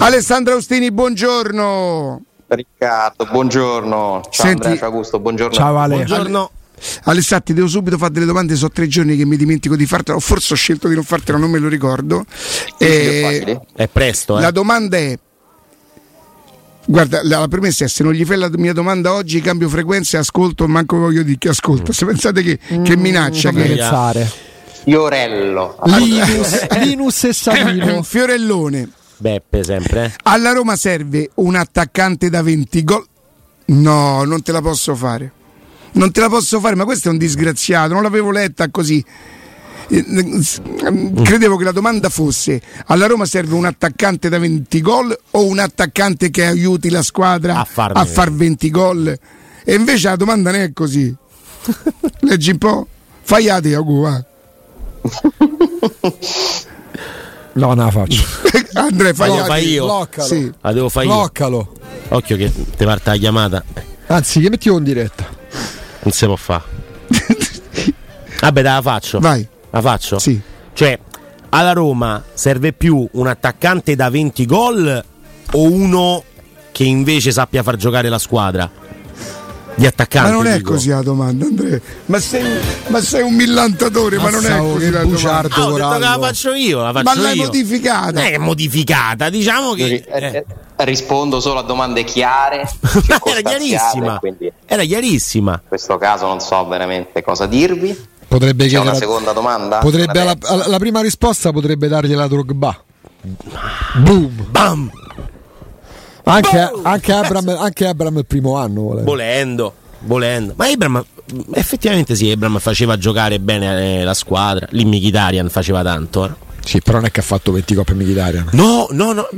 Alessandro Austini, buongiorno. Riccardo, buongiorno. Ciao. Senti, Andrea, ciao Augusto, buongiorno. Ciao Ale. Buongiorno. Alessandro, ti devo subito fare delle domande, so 3 giorni che mi dimentico di fartela, o forse ho scelto di non fartela, non me lo ricordo. È presto. La domanda è, guarda, la premessa è: se non gli fai la mia domanda oggi cambio frequenza e ascolto, manco voglio dire che ascolto. Se pensate che minaccia, che Fiorello, Linus e Savino, Fiorellone. Beppe sempre. Alla Roma serve un attaccante da 20 gol. No, non te la posso fare. Non te la posso fare, ma questo è un disgraziato, non l'avevo letta così. Credevo che la domanda fosse: alla Roma serve un attaccante da 20 gol o un attaccante che aiuti la squadra a far 20 gol? E invece la domanda non è così. Leggi un po'. Faiate, va. No, non la faccio. Andrea, fai io. Bloccalo. Sì. La devo fare io. Bloccalo. Occhio che ti parte la chiamata. Anzi, che metti io in diretta. Non si può fare. Vabbè, la faccio. Vai. La faccio? Sì. Cioè, alla Roma serve più un attaccante da 20 gol o uno che invece sappia far giocare la squadra? Gli attaccanti. Ma non è dico. così la domanda, Andrea. Ma sei un millantatore, ma non è così la domanda. Ho detto che la faccio io, ma l'hai modificata. Non è modificata, diciamo che rispondo solo a domande chiare. Era chiarissima. Era chiarissima. In questo caso non so veramente cosa dirvi. Potrebbe C'è una seconda domanda? Potrebbe la prima risposta potrebbe dargliela Drogba. Boom. Bam. Anche Abraham il primo anno volendo. Ma Abraham effettivamente sì, Abraham faceva giocare bene la squadra. Lì Mkhitaryan faceva tanto. Sì, però non è che ha fatto 20 coppe Mkhitaryan. No,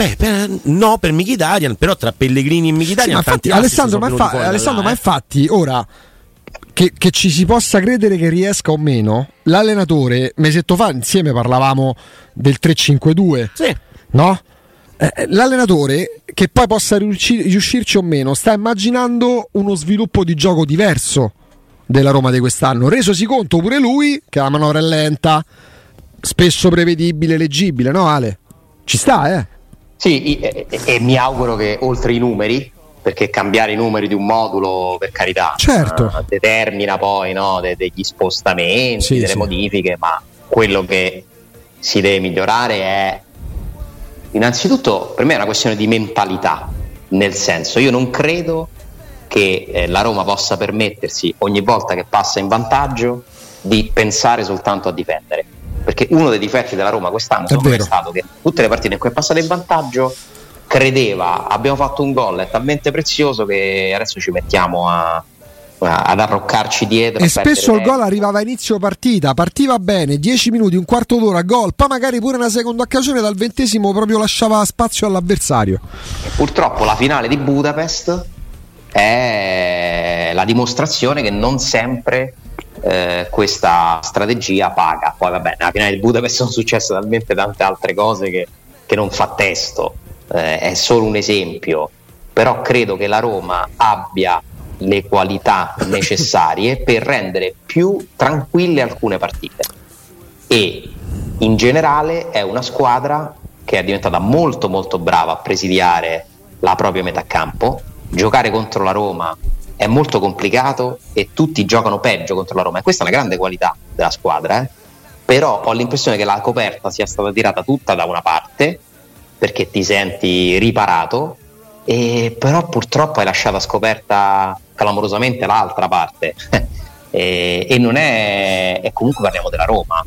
per Mkhitaryan, però tra Pellegrini e Mkhitaryan sì, Alessandro, ma infatti ora che ci si possa credere che riesca o meno, l'allenatore mesetto fa insieme parlavamo del 3-5-2. Sì. No? L'allenatore, che poi possa riuscirci o meno, sta immaginando uno sviluppo di gioco diverso della Roma di quest'anno, resosi conto pure lui che la manovra è lenta, spesso prevedibile, leggibile, no Ale? Ci sta, Sì, e mi auguro che oltre i numeri, perché cambiare i numeri di un modulo, per carità, certo, determina poi degli spostamenti, delle modifiche, ma quello che si deve migliorare è innanzitutto, per me è una questione di mentalità, nel senso, io non credo che la Roma possa permettersi ogni volta che passa in vantaggio di pensare soltanto a difendere, perché uno dei difetti della Roma quest'anno è stato che tutte le partite in cui è passata in vantaggio credeva: abbiamo fatto un gol, è talmente prezioso che adesso ci mettiamo ad arroccarci dietro. E spesso il gol arrivava a inizio partita, partiva bene, 10 minuti, un quarto d'ora, gol, poi magari pure una seconda occasione, dal 20° proprio lasciava spazio all'avversario. E purtroppo la finale di Budapest è la dimostrazione che non sempre questa strategia paga. Poi vabbè, nella finale di Budapest sono successe talmente tante altre cose che non fa testo, è solo un esempio, però credo che la Roma abbia le qualità necessarie per rendere più tranquille alcune partite, e in generale è una squadra che è diventata molto molto brava a presidiare la propria metà campo. Giocare contro la Roma è molto complicato e tutti giocano peggio contro la Roma, e questa è una grande qualità della squadra, però ho l'impressione che la coperta sia stata tirata tutta da una parte perché ti senti riparato, e però purtroppo hai lasciato scoperta clamorosamente l'altra parte e non è, e comunque parliamo della Roma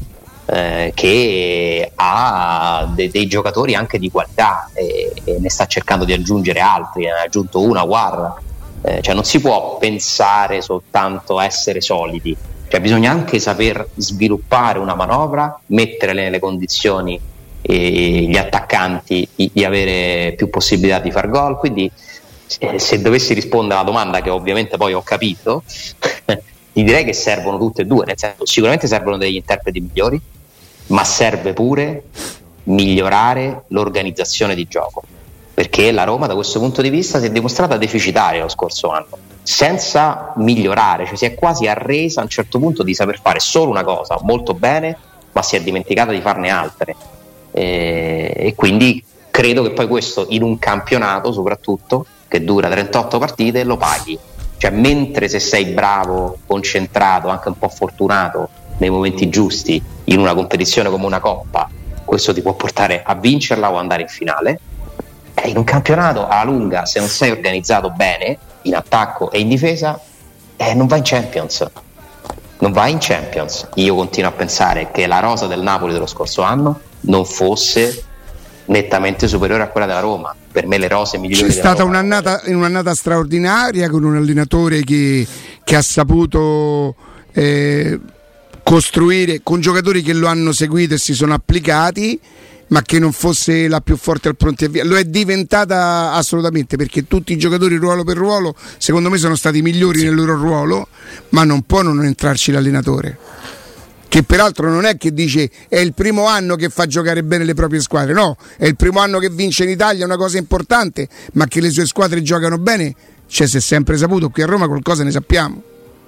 che ha dei giocatori anche di qualità e ne sta cercando di aggiungere altri, ne ha aggiunto una, guarda, cioè non si può pensare soltanto a essere solidi, cioè bisogna anche saper sviluppare una manovra, mettere nelle condizioni gli attaccanti di avere più possibilità di far gol. Quindi se dovessi rispondere alla domanda, che ovviamente poi ho capito, ti direi che servono tutte e due, nel senso, sicuramente servono degli interpreti migliori, ma serve pure migliorare l'organizzazione di gioco, perché la Roma da questo punto di vista si è dimostrata deficitaria lo scorso anno, senza migliorare, cioè si è quasi arresa a un certo punto di saper fare solo una cosa molto bene, ma si è dimenticata di farne altre, e quindi credo che poi questo in un campionato soprattutto che dura 38 partite lo paghi, cioè mentre se sei bravo, concentrato, anche un po' fortunato nei momenti giusti in una competizione come una coppa, questo ti può portare a vincerla o andare in finale. In un campionato alla lunga, se non sei organizzato bene in attacco e in difesa, non vai in Champions. Non vai in Champions. Io continuo a pensare che la rosa del Napoli dello scorso anno non fosse nettamente superiore a quella della Roma. Per me le rose migliori c'è stata un'annata straordinaria con un allenatore che ha saputo costruire con giocatori che lo hanno seguito e si sono applicati, ma che non fosse la più forte al pronto e via. Lo è diventata assolutamente, perché tutti i giocatori ruolo per ruolo secondo me sono stati migliori nel loro ruolo, ma non può non entrarci l'allenatore, che peraltro non è che dice è il primo anno che fa giocare bene le proprie squadre, no, è il primo anno che vince in Italia, è una cosa importante, ma che le sue squadre giocano bene, cioè si è sempre saputo, qui a Roma qualcosa ne sappiamo.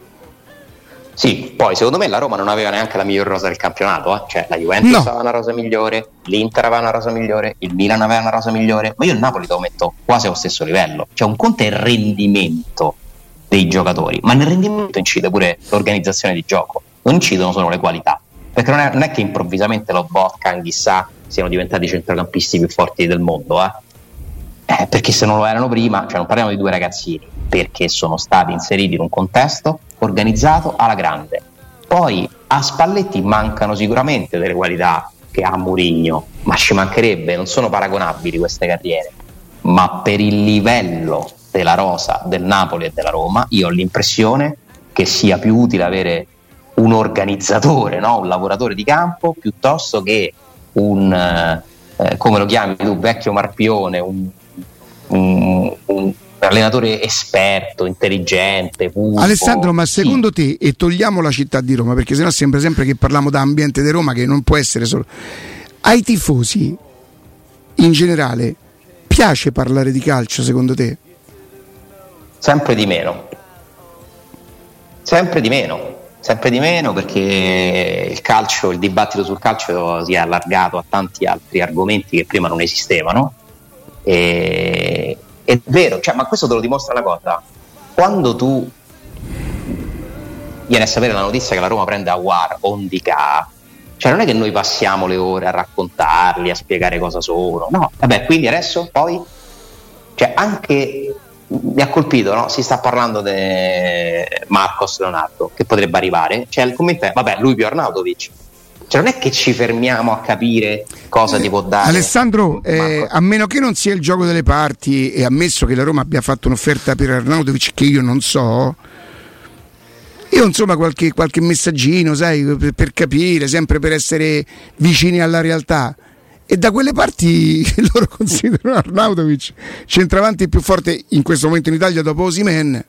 Sì, poi secondo me la Roma non aveva neanche la miglior rosa del campionato, cioè la Juventus aveva una rosa migliore, l'Inter aveva una rosa migliore, il Milan aveva una rosa migliore, ma io il Napoli te lo metto quasi allo stesso livello, cioè un conto è il rendimento dei giocatori, ma nel rendimento incide pure l'organizzazione di gioco, non incidono solo le qualità, perché non è che improvvisamente lo Vodka, Anghissà siano diventati i centrocampisti più forti del mondo, perché se non lo erano prima, cioè non parliamo di due ragazzini, perché sono stati inseriti in un contesto organizzato alla grande. Poi a Spalletti mancano sicuramente delle qualità che ha Mourinho, ma ci mancherebbe, non sono paragonabili queste carriere, ma per il livello della rosa del Napoli e della Roma io ho l'impressione che sia più utile avere un organizzatore, no? Un lavoratore di campo, piuttosto che un come lo chiami tu, vecchio marpione, un allenatore esperto, intelligente, puro. Alessandro, ma secondo te, e togliamo la città di Roma, perché sennò sembra sempre che parliamo da ambiente di Roma, che non può essere solo ai tifosi in generale piace parlare di calcio, secondo te? Sempre di meno, perché il calcio, il dibattito sul calcio si è allargato a tanti altri argomenti che prima non esistevano. È vero, cioè, ma questo te lo dimostra una cosa: quando tu vieni a sapere la notizia che la Roma prende Aouar o Ndicà, cioè non è che noi passiamo le ore a raccontarli, a spiegare cosa sono, no, vabbè, quindi adesso poi, cioè, anche mi ha colpito, no? Si sta parlando di Marcos Leonardo che potrebbe arrivare, cioè il commento è vabbè, lui più Arnautovic. Cioè non è che ci fermiamo a capire cosa ti può dare Alessandro, a meno che non sia il gioco delle parti, e ammesso che la Roma abbia fatto un'offerta per Arnautovic che io non so, io insomma qualche messaggino, sai, per capire, sempre per essere vicini alla realtà, e da quelle parti loro considerano Arnautovic centravanti più forte in questo momento in Italia dopo Osimhen.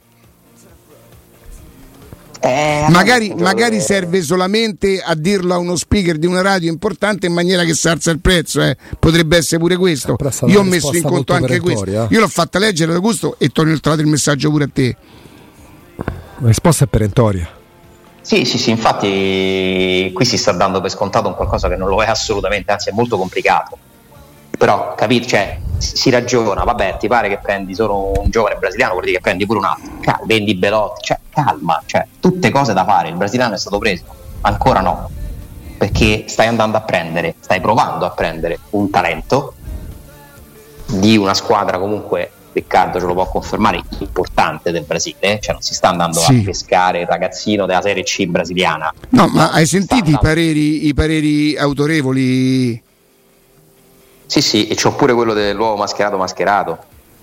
Magari serve solamente a dirlo a uno speaker di una radio importante in maniera che si alza il prezzo, potrebbe essere pure questo. Io ho messo in conto anche questo, io l'ho fatta leggere da gusto e torno il messaggio pure a te. La risposta è perentoria. Sì, infatti qui si sta dando per scontato un qualcosa che non lo è assolutamente, anzi è molto complicato. Però capite, cioè, si ragiona, vabbè, ti pare che prendi solo un giovane brasiliano, vuol dire che prendi pure un altro, vendi Belotti, cioè calma, cioè tutte cose da fare. Il brasiliano è stato preso, ancora no, perché stai provando a prendere un talento di una squadra, comunque Riccardo ce lo può confermare, importante del Brasile, cioè non si sta andando a pescare il ragazzino della Serie C brasiliana. No, ma hai sentito i pareri autorevoli? Sì, e c'ho pure quello dell'uovo mascherato,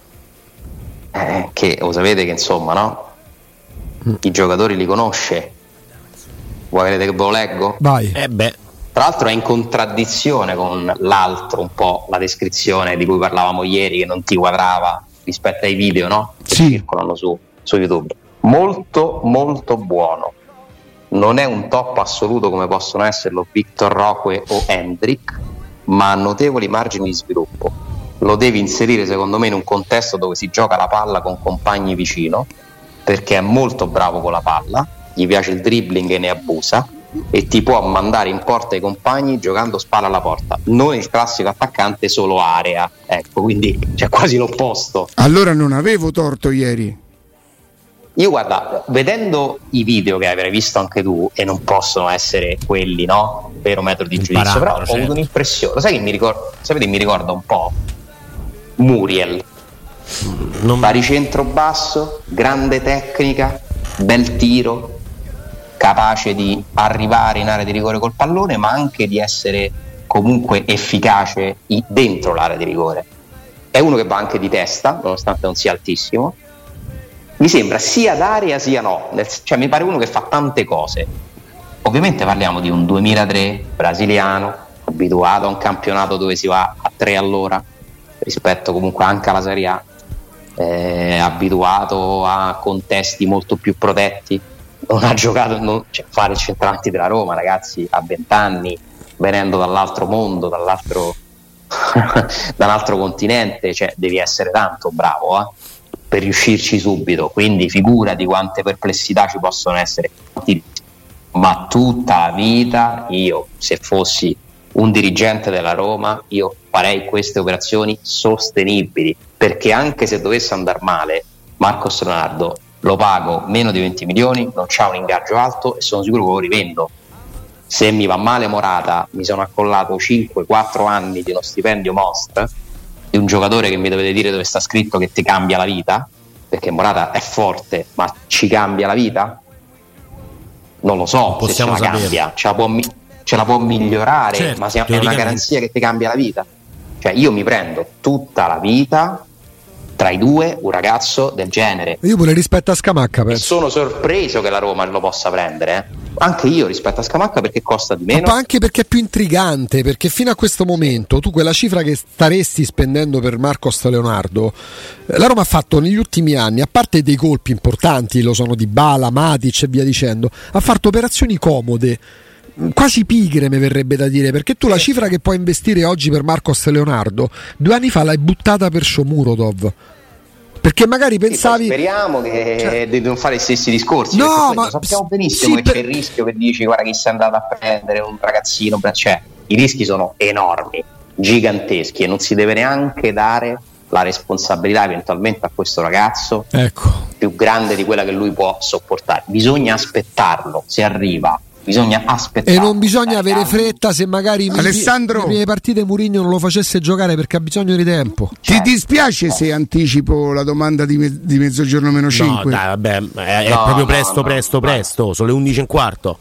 che lo sapete che insomma, no? I giocatori li conosce. Vuoi vedere che ve lo leggo? Vai. Tra l'altro è in contraddizione con l'altro, un po' la descrizione di cui parlavamo ieri, che non ti quadrava rispetto ai video, no? Che circolano su YouTube. Molto molto buono. Non è un top assoluto come possono esserlo Victor Roque o Hendrik, ma ha notevoli margini di sviluppo. Lo devi inserire secondo me in un contesto dove si gioca la palla con compagni vicino, perché è molto bravo con la palla, gli piace il dribbling e ne abusa, e ti può mandare in porta i compagni giocando spalla alla porta, non il classico attaccante solo area, ecco, quindi c'è quasi l'opposto. Allora non avevo torto ieri. Io guarda, vedendo i video che avrai visto anche tu, e non possono essere quelli, no? Vero metro di giudizio, però ho avuto un'impressione, lo sai che mi ricorda un po' Muriel, baricentro basso, grande tecnica, bel tiro, capace di arrivare in area di rigore col pallone, ma anche di essere comunque efficace dentro l'area di rigore. È uno che va anche di testa, nonostante non sia altissimo. Mi sembra sia d'area sia no, cioè mi pare uno che fa tante cose. Ovviamente parliamo di un 2003 brasiliano, abituato a un campionato dove si va a 3 all'ora, rispetto comunque anche alla Serie A, abituato a contesti molto più protetti. Non ha giocato, fare il centravanti della Roma, ragazzi, a 20 anni, venendo dall'altro mondo, dall'altro continente, cioè devi essere tanto bravo per riuscirci subito, quindi figurati quante perplessità ci possono essere. Ma tutta la vita io, se fossi un dirigente della Roma, io farei queste operazioni sostenibili, perché anche se dovesse andare male Marcos Leonardo lo pago meno di 20 milioni, non c'ha un ingaggio alto e sono sicuro che lo rivendo. Se mi va male Morata, mi sono accollato 5-4 anni di uno stipendio most di un giocatore che mi dovete dire dove sta scritto che ti cambia la vita, perché Morata è forte, ma ci cambia la vita? Non lo so, se ce la cambia, ce la può migliorare, certo, ma è una garanzia che ti cambia la vita. Cioè io mi prendo tutta la vita tra i due un ragazzo del genere. Io pure rispetto a Scamacca penso. E sono sorpreso che la Roma lo possa prendere, anche io rispetto a Scamacca, perché costa di meno, ma anche perché è più intrigante, perché fino a questo momento tu quella cifra che staresti spendendo per Marcos Leonardo, la Roma ha fatto negli ultimi anni, a parte dei colpi importanti, lo sono Dybala, Matic e via dicendo, ha fatto operazioni comode, quasi pigre mi verrebbe da dire, perché tu la cifra che puoi investire oggi per Marcos Leonardo 2 anni fa l'hai buttata per Shomurodov, perché magari pensavi, speriamo che di non fare gli stessi discorsi, no, ma sappiamo benissimo che c'è il rischio che dici guarda chi sei andato a prendere un ragazzino, cioè i rischi sono enormi, giganteschi, e non si deve neanche dare la responsabilità eventualmente a questo ragazzo, ecco, più grande di quella che lui può sopportare. Bisogna aspettarlo, se arriva bisogna aspettare, e non bisogna avere fretta. Se magari Alessandro, le prime partite Mourinho non lo facesse giocare perché ha bisogno di tempo. Ti dispiace se anticipo la domanda di mezzogiorno meno 5? No, dai, vabbè, è proprio presto. Sono le 11:15.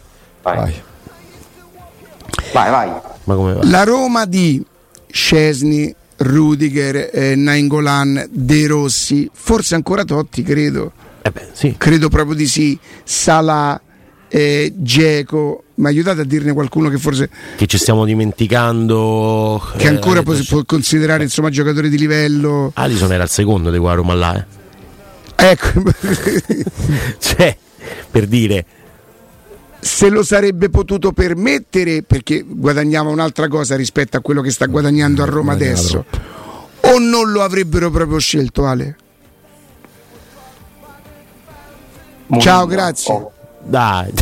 Vai. Ma come va? La Roma di Szczesny, Rudiger, Nainggolan, De Rossi, forse ancora Totti, credo. Sì. Credo proprio di sì. Salah, Dzeko, ma aiutate a dirne qualcuno che forse ci stiamo dimenticando, che ancora può considerare insomma giocatore di livello. Alisson era il secondo di quella Roma là, ecco. Cioè, per dire, se lo sarebbe potuto permettere perché guadagnava un'altra cosa rispetto a quello che sta guadagnando a Roma adesso, o non lo avrebbero proprio scelto, Ale? Ciao, grazie. Dai.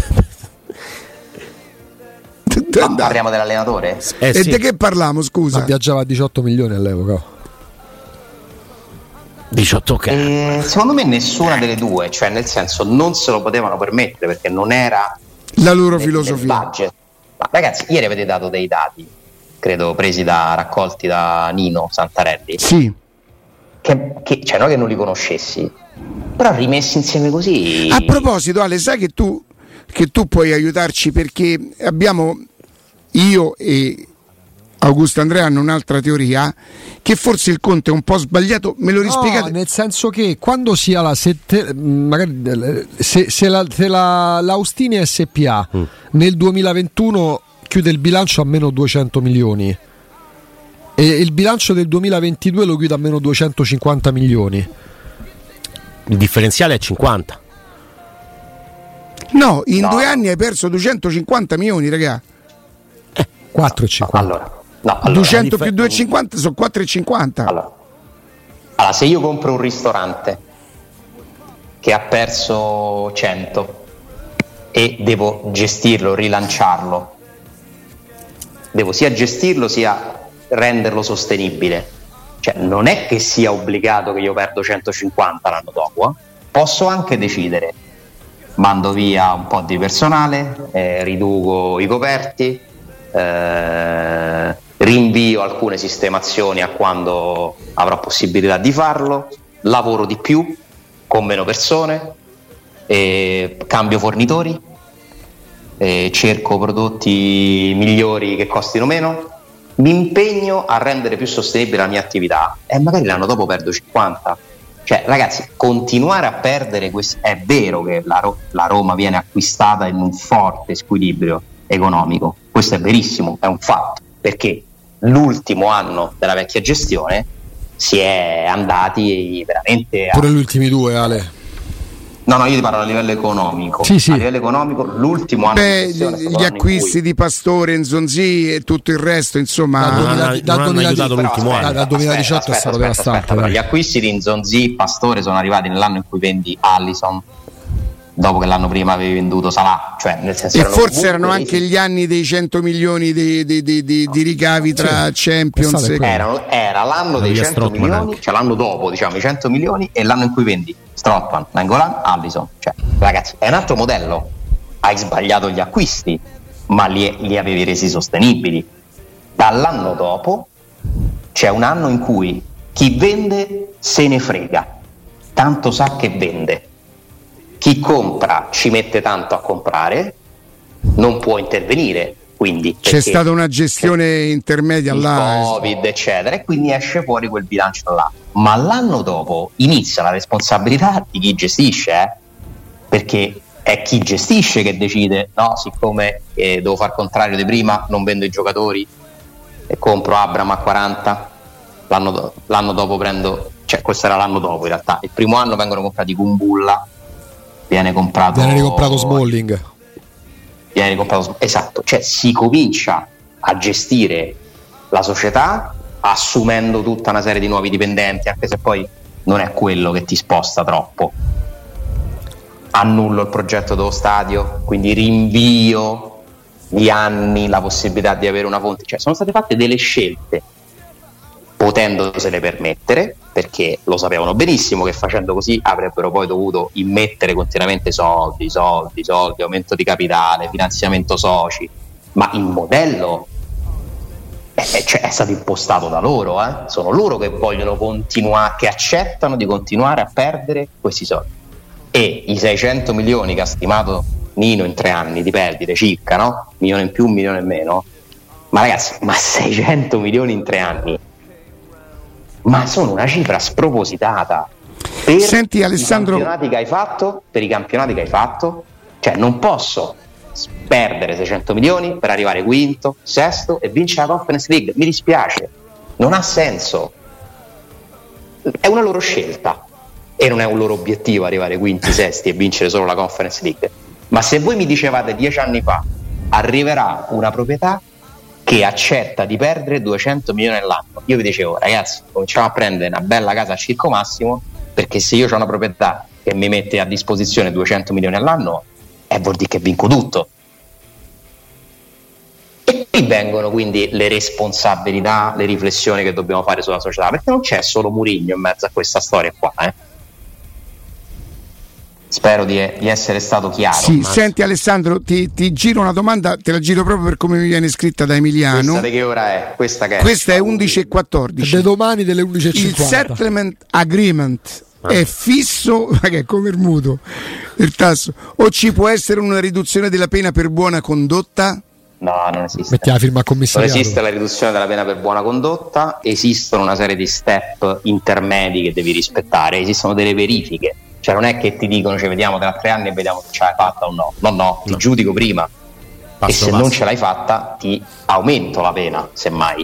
Parliamo dell'allenatore? E Sì. di che parliamo, scusa? Ma viaggiava a 18 milioni all'epoca. 18 ok. Secondo me nessuna delle due, cioè nel senso non se lo potevano permettere perché non era la loro filosofia. Budget. Ma ragazzi, ieri avete dato dei dati, credo raccolti da Nino Santarelli. Sì. Che cioè non che non li conoscessi, però rimessi insieme così. A proposito, Ale, sai che tu puoi aiutarci, perché abbiamo, io e Augusto Andrea hanno un'altra teoria, che forse il Conte è un po' sbagliato. Me lo rispiegate? No, nel senso che quando sia l'Austini SPA nel 2021 chiude il bilancio a meno 200 milioni e il bilancio del 2022 lo chiude a meno 250 milioni. Il differenziale è 50. No, in 2 anni hai perso 250 milioni, raga. 4,50. Allora 200 più 2,50 sono 4,50. Allora, se io compro un ristorante che ha perso 100 e devo gestirlo, rilanciarlo. Devo sia gestirlo sia renderlo sostenibile. Cioè non è che sia obbligato che io perdo 150 l'anno dopo, posso anche decidere, mando via un po' di personale, riduco i coperti, rinvio alcune sistemazioni a quando avrò possibilità di farlo, lavoro di più con meno persone, cambio fornitori, cerco prodotti migliori che costino meno, mi impegno a rendere più sostenibile la mia attività e magari l'anno dopo perdo 50. Cioè ragazzi, continuare a perdere è vero che la Roma viene acquistata in un forte squilibrio economico, questo è verissimo, è un fatto, perché l'ultimo anno della vecchia gestione si è andati veramente pure gli ultimi due, Ale. No, io ti parlo a livello economico. Sì. A livello economico, l'ultimo anno di gestione, gli acquisti di Pastore, Nzonzi e tutto il resto, insomma, non hanno aiutato l'ultimo anno. Dal 2018 è stato devastante. Gli acquisti di Nzonzi, Pastore sono arrivati nell'anno in cui vendi Alisson, dopo che l'anno prima avevi venduto Salah, cioè nel senso, e forse erano anche gli anni dei 100 milioni di ricavi tra Champions. Era l'anno dei 100 milioni, cioè l'anno dopo, diciamo, i 100 milioni, e l'anno in cui vendi Strootman, Nainggolan, Alisson. Cioè, ragazzi, è un altro modello. Hai sbagliato gli acquisti, ma li avevi resi sostenibili. Dall'anno dopo c'è un anno in cui chi vende se ne frega, tanto sa che vende. Chi compra ci mette tanto a comprare, non può intervenire. Quindi c'è stata una gestione intermedia là, Covid eccetera, e quindi esce fuori quel bilancio là. Ma l'anno dopo inizia la responsabilità di chi gestisce, perché è chi gestisce che decide: no, siccome devo far contrario di prima, non vendo i giocatori e compro Abraham a 40, l'anno dopo prendo, cioè questo era l'anno dopo in realtà, il primo anno vengono comprati Kumbulla, viene ricomprato Smalling. Esatto, cioè si comincia a gestire la società assumendo tutta una serie di nuovi dipendenti, anche se poi non è quello che ti sposta troppo. Annullo il progetto dello stadio, quindi rinvio di anni la possibilità di avere una fonte. Cioè sono state fatte delle scelte potendosele permettere, perché lo sapevano benissimo che facendo così avrebbero poi dovuto immettere continuamente soldi, aumento di capitale, finanziamento soci, ma il modello è stato impostato da loro, sono loro che vogliono continuare, che accettano di continuare a perdere questi soldi. E i 600 milioni che ha stimato Nino in 3 anni di perdite circa, no? Milione in più, milione in meno, ma ragazzi, ma 600 milioni in 3 anni, ma sono una cifra spropositata per Senti, Alessandro, i campionati che hai fatto, cioè non posso perdere 600 milioni per arrivare quinto, sesto e vincere la Conference League, mi dispiace, non ha senso, è una loro scelta e non è un loro obiettivo arrivare quinti, sesti e vincere solo la Conference League. Ma se voi mi dicevate 10 anni fa arriverà una proprietà che accetta di perdere 200 milioni all'anno, io vi dicevo: ragazzi, cominciamo a prendere una bella casa a Circo Massimo, perché se io ho una proprietà che mi mette a disposizione 200 milioni all'anno, vuol dire che vinco tutto. E qui vengono quindi le responsabilità, le riflessioni che dobbiamo fare sulla società, perché non c'è solo Mourinho in mezzo a questa storia qua, Spero di essere stato chiaro. Sì, senti Alessandro, ti giro una domanda, te la giro proprio per come mi viene scritta da Emiliano. Questa di che ora è? Questa è 11:14. Da domani delle 11:50. Il settlement agreement è fisso, è come il mutuo, il tasso, o ci può essere una riduzione della pena per buona condotta? No, non esiste. Metti la firma al commissariato. Non esiste la riduzione della pena per buona condotta, esistono una serie di step intermedi che devi rispettare, esistono delle verifiche. Cioè non è che ti dicono ci vediamo tra 3 anni e vediamo se ce l'hai fatta o no. No, ti giudico prima. E se non ce l'hai fatta ti aumento la pena, semmai.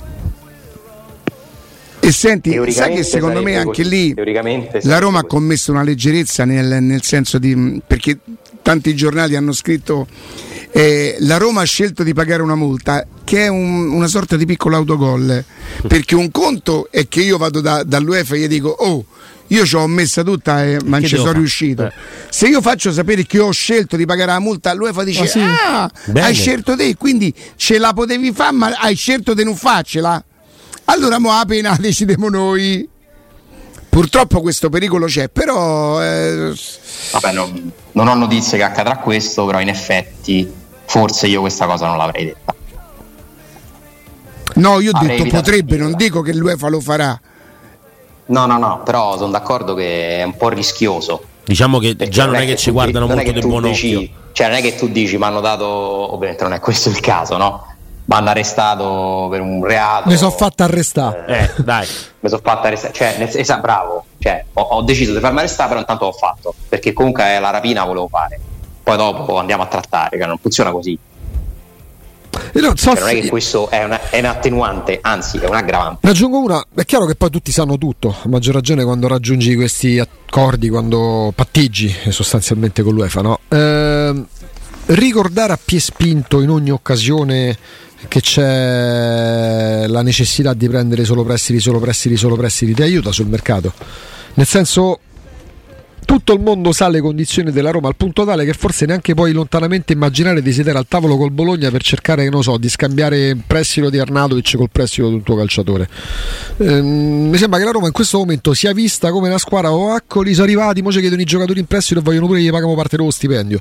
E senti, sai che secondo me anche lì la Roma ha commesso una leggerezza nel senso di, perché tanti giornali hanno scritto la Roma ha scelto di pagare una multa che è una sorta di piccolo autogol, perché un conto è che io vado dall'UEFA e gli dico: oh, io ci ho messa tutta e non ci sono riuscito. Se io faccio sapere che ho scelto di pagare la multa, l'UEFA dice hai scelto te, quindi ce la potevi fare, ma hai scelto di non farcela. Allora mo la pena decidiamo noi. Purtroppo questo pericolo c'è, però vabbè, non ho notizie che accadrà questo, però in effetti forse io questa cosa non l'avrei detta. No, io ho detto potrebbe, non dico che l'UEFA lo farà. No, però sono d'accordo che è un po' rischioso. Diciamo che già non è che ci guardano molto di buon occhio. Cioè non è che tu dici mi hanno dato, ovviamente non è questo il caso, no? Mi hanno arrestato per un reato. Mi sono fatto arrestare. Dai. Mi sono fatto arrestare, cioè bravo. Cioè, ho deciso di farmi arrestare, però intanto l'ho fatto. Perché comunque la rapina volevo fare. Poi dopo andiamo a trattare, che non funziona così. Non è che questo è un attenuante, anzi è un aggravante. Raggiungo una, è chiaro che poi tutti sanno tutto, a maggior ragione quando raggiungi questi accordi, quando patteggi sostanzialmente con l'UEFA, no? Ricordare a pie spinto in ogni occasione che c'è la necessità di prendere solo prestiti ti aiuta sul mercato, nel senso, tutto il mondo sa le condizioni della Roma al punto tale che forse neanche puoi lontanamente immaginare di sedere al tavolo col Bologna per cercare, non so, di scambiare il prestito di Arnautovic col prestito di un tuo calciatore. Mi sembra che la Roma in questo momento sia vista come una squadra, eccoli sono arrivati, mo ci chiedono i giocatori in prestito e vogliono pure che gli paghiamo parte dello stipendio.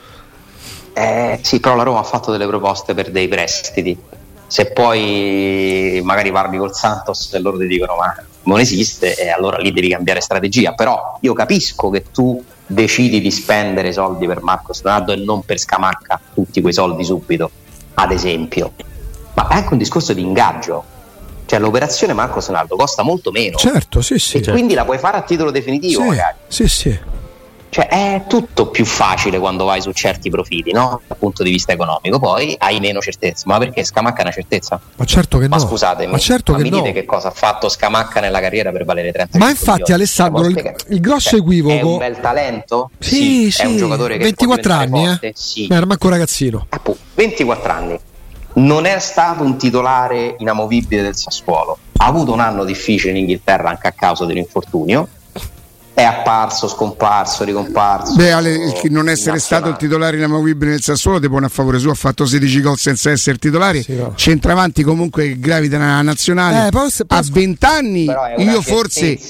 Sì, però la Roma ha fatto delle proposte per dei prestiti. Se poi magari parli col Santos e loro ti dicono ma non esiste, e allora lì devi cambiare strategia. Però io capisco che tu decidi di spendere soldi per Marcos Leonardo e non per Scamacca tutti quei soldi subito, ad esempio, ma è anche un discorso di ingaggio. Cioè l'operazione Marcos Leonardo costa molto meno, certo, sì, e quindi la puoi fare a titolo definitivo, magari. Sì. Cioè è tutto più facile quando vai su certi profili, no? Dal punto di vista economico, poi hai meno certezza. Ma perché Scamacca è una certezza? Ma certo che no. Scusatemi, mi dite che cosa ha fatto Scamacca nella carriera per valere 30 milioni? Ma infatti milioni. Alessandro, il grosso equivoco è un bel talento? Sì. È un giocatore che 24 anni, forte? Sì. Era manco ragazzino. 24 anni. Non è stato un titolare inamovibile del Sassuolo. Ha avuto un anno difficile in Inghilterra anche a causa dell'infortunio. È apparso, scomparso, ricomparso. Non essere stato il titolare inamovibile nel Sassuolo ti pone a favore suo, ha fatto 16 gol senza essere titolare. Sì, no. Centravanti comunque che gravita nella nazionale. A 20 anni io forse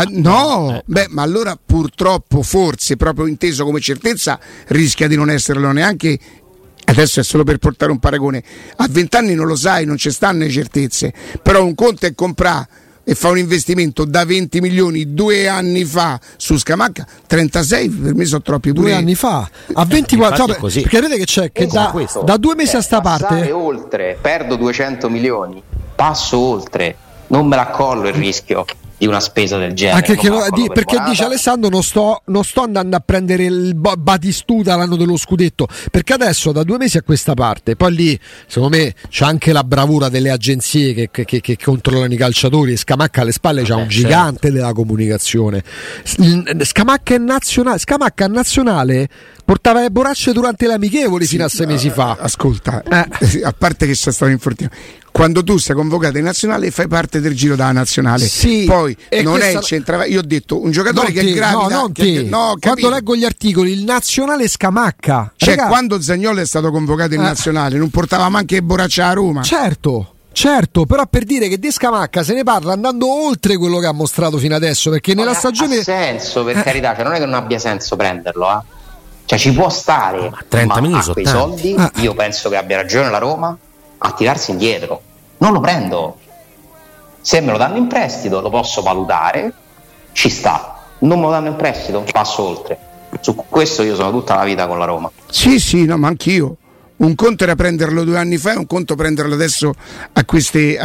ma allora purtroppo forse, proprio inteso come certezza, rischia di non esserlo neanche. Adesso è solo per portare un paragone. A 20 anni non lo sai, non ci stanno le certezze. Però un conto è comprare e fa un investimento da 20 milioni 2 anni fa su Scamacca, 36 per me sono troppi pure. 2 anni fa a 24, perché vedete che c'è che da 2 mesi a sta parte oltre, perdo 200 milioni, passo oltre, non me la collo il rischio di una spesa del genere. Anche perché dice Alessandro non sto andando a prendere il Batistuta l'anno dello scudetto, perché adesso da 2 mesi a questa parte, poi lì secondo me c'è anche la bravura delle agenzie che controllano i calciatori, e Scamacca alle spalle c'ha un gigante della comunicazione. Scamacca a nazionale portava le borracce durante le amichevoli fino a 6 mesi fa. Ascolta, a parte che c'è stato infortunio, quando tu sei convocato in nazionale fai parte del giro della nazionale, poi non è il centravanti. Io ho detto un giocatore che gravita, quando leggo gli articoli il nazionale Scamacca, quando Zaniolo è stato convocato in nazionale non portavamo anche borraccia a Roma. Certo, però per dire che di Scamacca se ne parla andando oltre quello che ha mostrato fino adesso, perché nella stagione ha senso, per carità, cioè non è che non abbia senso prenderlo, cioè ci può stare, ma 30 minuti a quei soldi io penso che abbia ragione la Roma a tirarsi indietro. Non lo prendo. Se me lo danno in prestito lo posso valutare, ci sta. Non me lo danno in prestito, passo oltre. Su questo io sono tutta la vita con la Roma. Sì, no, ma anch'io. Un conto era prenderlo 2 anni fa e un conto prenderlo adesso a queste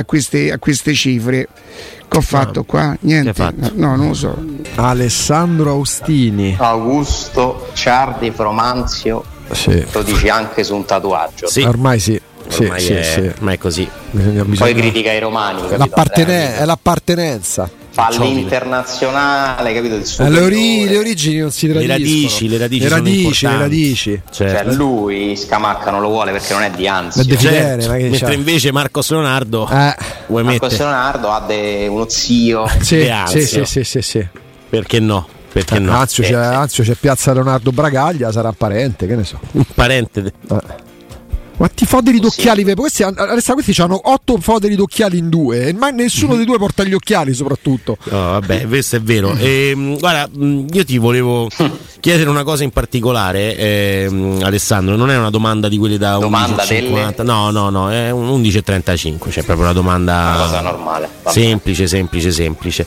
cifre. Che ho fatto qua? Niente. No, non lo so. Alessandro Austini. Augusto Ciardi Fromanzio. Sì. Lo dici anche su un tatuaggio. Sì. Ormai sì. Ma è così. Poi critica i romani, è l'appartenenza. Fa l'internazionale, capito? Le origini non si tradiscono. Le radici. Certo. Cioè lui Scamacca non lo vuole perché non è di Anzio. Mentre invece Marcos Leonardo Leonardo ha uno zio. Sì. Perché no? Perché no? Anzio c'è Piazza Leonardo Bragaglia, sarà un parente, che ne so. Un parente. Ma ti foderi d'occhiali, questi hanno 8 foderi d'occhiali in 2, ma nessuno dei due porta gli occhiali soprattutto. No, vabbè, questo è vero. Guarda, io ti volevo chiedere una cosa in particolare, Alessandro, non è una domanda di quelle da 11.50, no, è un 11.35, cioè proprio una domanda, una cosa normale, semplice,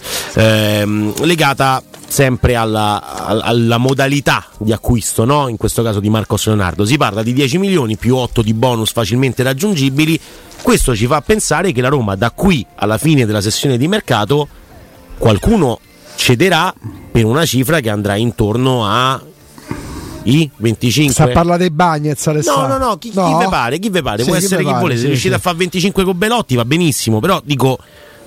legata sempre alla modalità di acquisto, no? In questo caso di Marcos Leonardo. Si parla di 10 milioni più 8 di bonus facilmente raggiungibili. Questo ci fa pensare che la Roma da qui alla fine della sessione di mercato qualcuno cederà per una cifra che andrà intorno a i 25. Sta a parlare dei Bagnez, Alessandro. No, chi vi pare? Chi può essere chi vuole. Se riuscite a fare 25 con Belotti va benissimo, però dico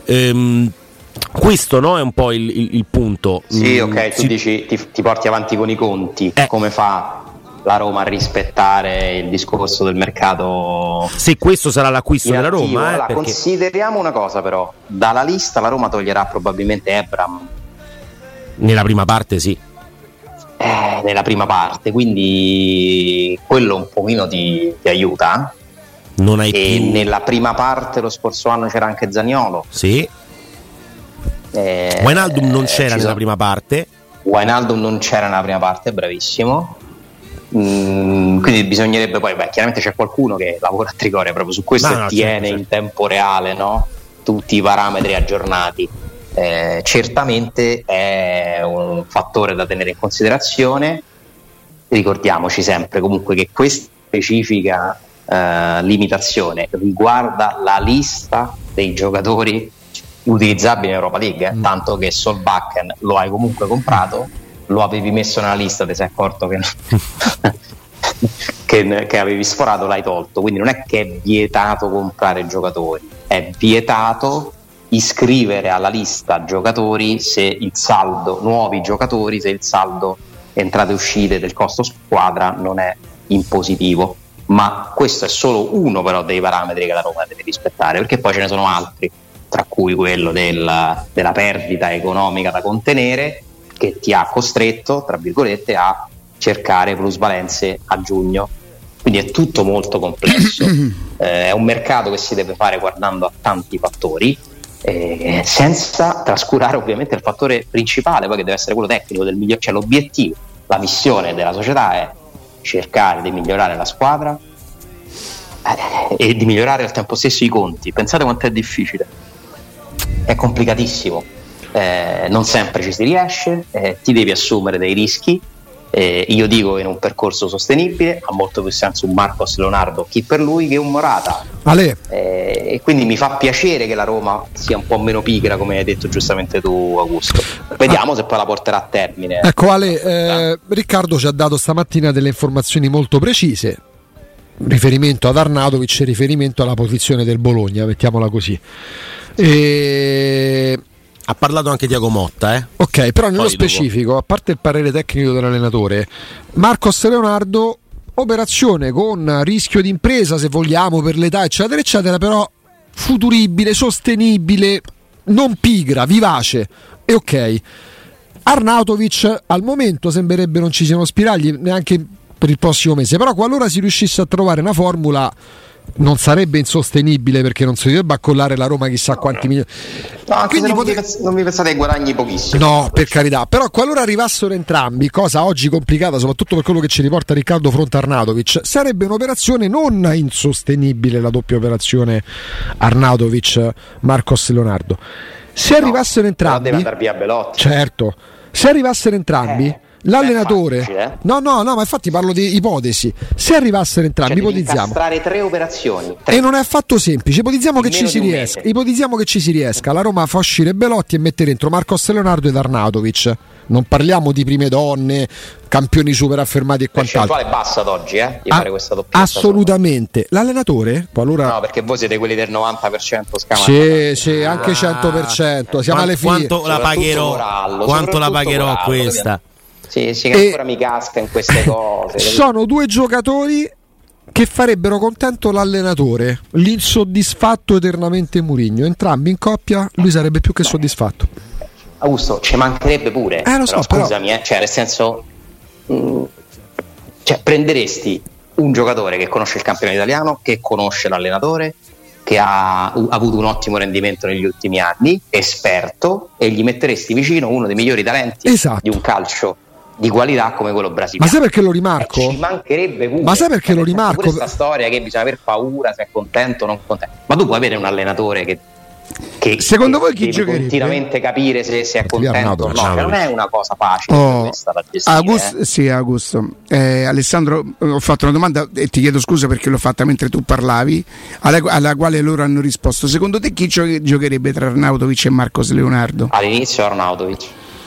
questo, no, è un po' il punto. Sì, ok, tu dici ti porti avanti con i conti, come fa la Roma a rispettare il discorso del mercato? Se questo sarà l'acquisto della Roma, perché... Consideriamo una cosa però, dalla lista la Roma toglierà probabilmente Ebram. Nella prima parte sì. Nella prima parte, quindi quello un pochino ti aiuta. Non hai più... nella prima parte lo scorso anno c'era anche Zaniolo. Sì. Wijnaldum non c'era nella prima parte. Wijnaldum non c'era nella prima parte, bravissimo. Quindi bisognerebbe poi, chiaramente c'è qualcuno che lavora a Trigoria proprio su questo e tiene in tempo reale, no? Tutti i parametri aggiornati. Certamente è un fattore da tenere in considerazione. Ricordiamoci sempre comunque che questa specifica limitazione riguarda la lista dei giocatori utilizzabili in Europa League, tanto che Solbakken lo hai comunque comprato, lo avevi messo nella lista, ti sei accorto che avevi sforato, l'hai tolto, quindi non è che è vietato comprare giocatori, è vietato iscrivere alla lista giocatori se il saldo, nuovi giocatori, se il saldo entrate e uscite del costo squadra non è in positivo. Ma questo è solo uno però dei parametri che la Roma deve rispettare, perché poi ce ne sono altri, tra cui quello della perdita economica da contenere, che ti ha costretto, tra virgolette, a cercare plusvalenze a giugno. Quindi è tutto molto complesso. È un mercato che si deve fare guardando a tanti fattori, senza trascurare ovviamente il fattore principale, poi che deve essere quello tecnico del migliore, cioè l'obiettivo, la missione della società è cercare di migliorare la squadra e di migliorare al tempo stesso i conti. Pensate quanto è difficile, è complicatissimo, non sempre ci si riesce, ti devi assumere dei rischi. Io dico in un percorso sostenibile ha molto più senso un Marcos Leonardo chi per lui che un Morata, e quindi mi fa piacere che la Roma sia un po' meno pigra, come hai detto giustamente tu, Augusto. Vediamo se poi la porterà a termine. Ecco Ale, Riccardo ci ha dato stamattina delle informazioni molto precise, riferimento ad Arnautovic e riferimento alla posizione del Bologna, mettiamola così. Ha parlato anche Thiago Motta, Ok, però nello specifico, a parte il parere tecnico dell'allenatore, Marcos Leonardo, operazione con rischio di impresa, se vogliamo, per l'età, eccetera, eccetera, però futuribile, sostenibile, non pigra, vivace. E ok, Arnautovic al momento sembrerebbe non ci siano spiragli neanche per il prossimo mese, però qualora si riuscisse a trovare una formula non sarebbe insostenibile, perché non si dovrebbe accollare la Roma chissà quanti milioni. No, quindi non vi pensate ai guadagni pochissimi. No, per carità, però qualora arrivassero entrambi, cosa oggi complicata soprattutto per quello che ci riporta Riccardo fronte Arnautovic, sarebbe un'operazione non insostenibile, la doppia operazione Arnautovic Marcos Leonardo. Se arrivassero entrambi, deve andare via Belotti. Certo, se arrivassero entrambi l'allenatore facile, no, ma infatti parlo di ipotesi. Se arrivassero entrambi, ipotizziamo 3 operazioni, e non è affatto semplice, ipotizziamo che ci si riesca, la Roma fa uscire Belotti e mette dentro Marcos Leonardo ed Arnautovic. Non parliamo di prime donne, campioni super affermati e quant'altro. La percentuale bassa ad oggi di fare questa doppietta. Assolutamente. L'allenatore qualora... No, perché voi siete quelli del 90% sì, anche 100%. Siamo alle fine. Quanto la pagherò questa? Sì, che ancora mi casca in queste cose. Sono 2 giocatori che farebbero contento l'allenatore, l'insoddisfatto eternamente Mourinho. Entrambi in coppia lui sarebbe più che soddisfatto. Augusto, ci mancherebbe pure. Lo so, però scusami, cioè nel senso, cioè prenderesti un giocatore che conosce il campionato italiano, che conosce l'allenatore, che ha avuto un ottimo rendimento negli ultimi anni, esperto, e gli metteresti vicino uno dei migliori talenti di un calcio di qualità come quello brasiliano. Ma sai perché lo rimarco? Ci mancherebbe pure. Ma sai perché lo rimarco? Questa storia che bisogna aver paura, se è contento o non contento. Ma tu puoi avere un allenatore che secondo voi chi giocherebbe? Continuamente capire se è contento o no, che non è una cosa facile questa da gestire. Augusto. Alessandro, ho fatto una domanda e ti chiedo scusa perché l'ho fatta mentre tu parlavi, alla quale loro hanno risposto. Secondo te chi giocherebbe tra Arnautovic e Marcos Leonardo? All'inizio Arnautovic.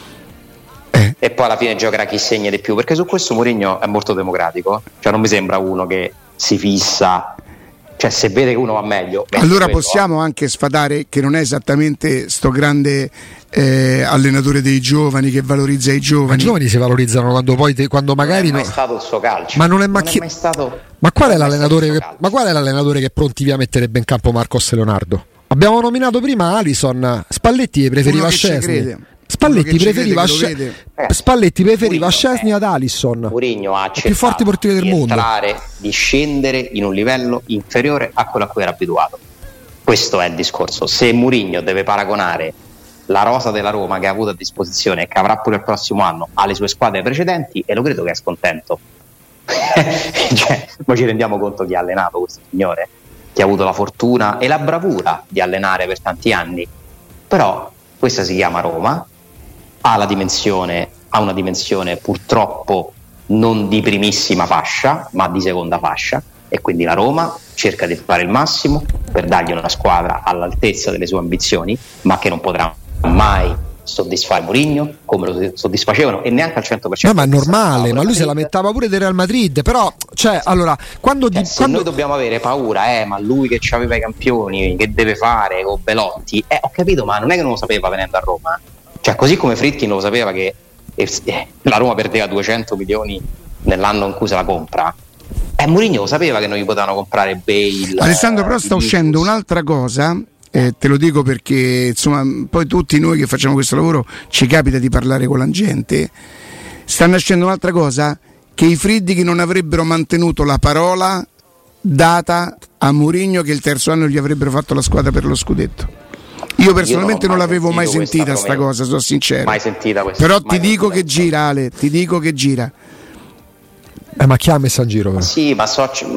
E poi alla fine giocherà chi segna di più, perché su questo Mourinho è molto democratico, cioè non mi sembra uno che si fissa, cioè se vede che uno va meglio allora possiamo anche sfatare che non è esattamente sto grande allenatore dei giovani che valorizza i giovani. I giovani si valorizzano quando magari non è mai stato il suo calcio, ma non è mai stato. Ma qual è l'allenatore che pronti via metterebbe in campo Marcos Leonardo? Abbiamo nominato prima Alisson, Spalletti preferiva Szczesny. Spalletti preferiva Szczesny ad Alisson. Mourinho ha accettato più forti portieri del mondo di scendere in un livello inferiore a quello a cui era abituato. Questo è il discorso. Se Mourinho deve paragonare la rosa della Roma che ha avuto a disposizione e che avrà pure il prossimo anno alle sue squadre precedenti, e lo credo che è scontento. Cioè, poi ci rendiamo conto chi ha allenato questo signore, che ha avuto la fortuna e la bravura di allenare per tanti anni. Però questa si chiama Roma, ha una dimensione purtroppo non di primissima fascia, ma di seconda fascia, e quindi la Roma cerca di fare il massimo per dargli una squadra all'altezza delle sue ambizioni, ma che non potrà mai soddisfare Mourinho come lo soddisfacevano, e neanche al 100%. No, ma è normale, ma lui se lamentava pure del Real Madrid, però cioè allora quando noi dobbiamo avere paura, ma lui che ci aveva i campioni, che deve fare con Belotti, ho capito, ma non è che non lo sapeva venendo a Roma, cioè così come Friedkin lo sapeva che la Roma perdeva 200 milioni nell'anno in cui se la compra, Mourinho lo sapeva che non gli potevano comprare Bale. Alessandro, però sta uscendo un'altra cosa. Te lo dico perché insomma poi tutti noi che facciamo questo lavoro ci capita di parlare con la gente. Sta nascendo un'altra cosa, che i Friedkin non avrebbero mantenuto la parola data a Mourinho che il terzo anno gli avrebbero fatto la squadra per lo scudetto. Io personalmente non l'avevo mai sentita sta cosa, sono sincero. Mai sentita questa. Però ti dico che gira, Ale, ti dico che gira. Ma chi ha messo in giro? Però? Sì, ma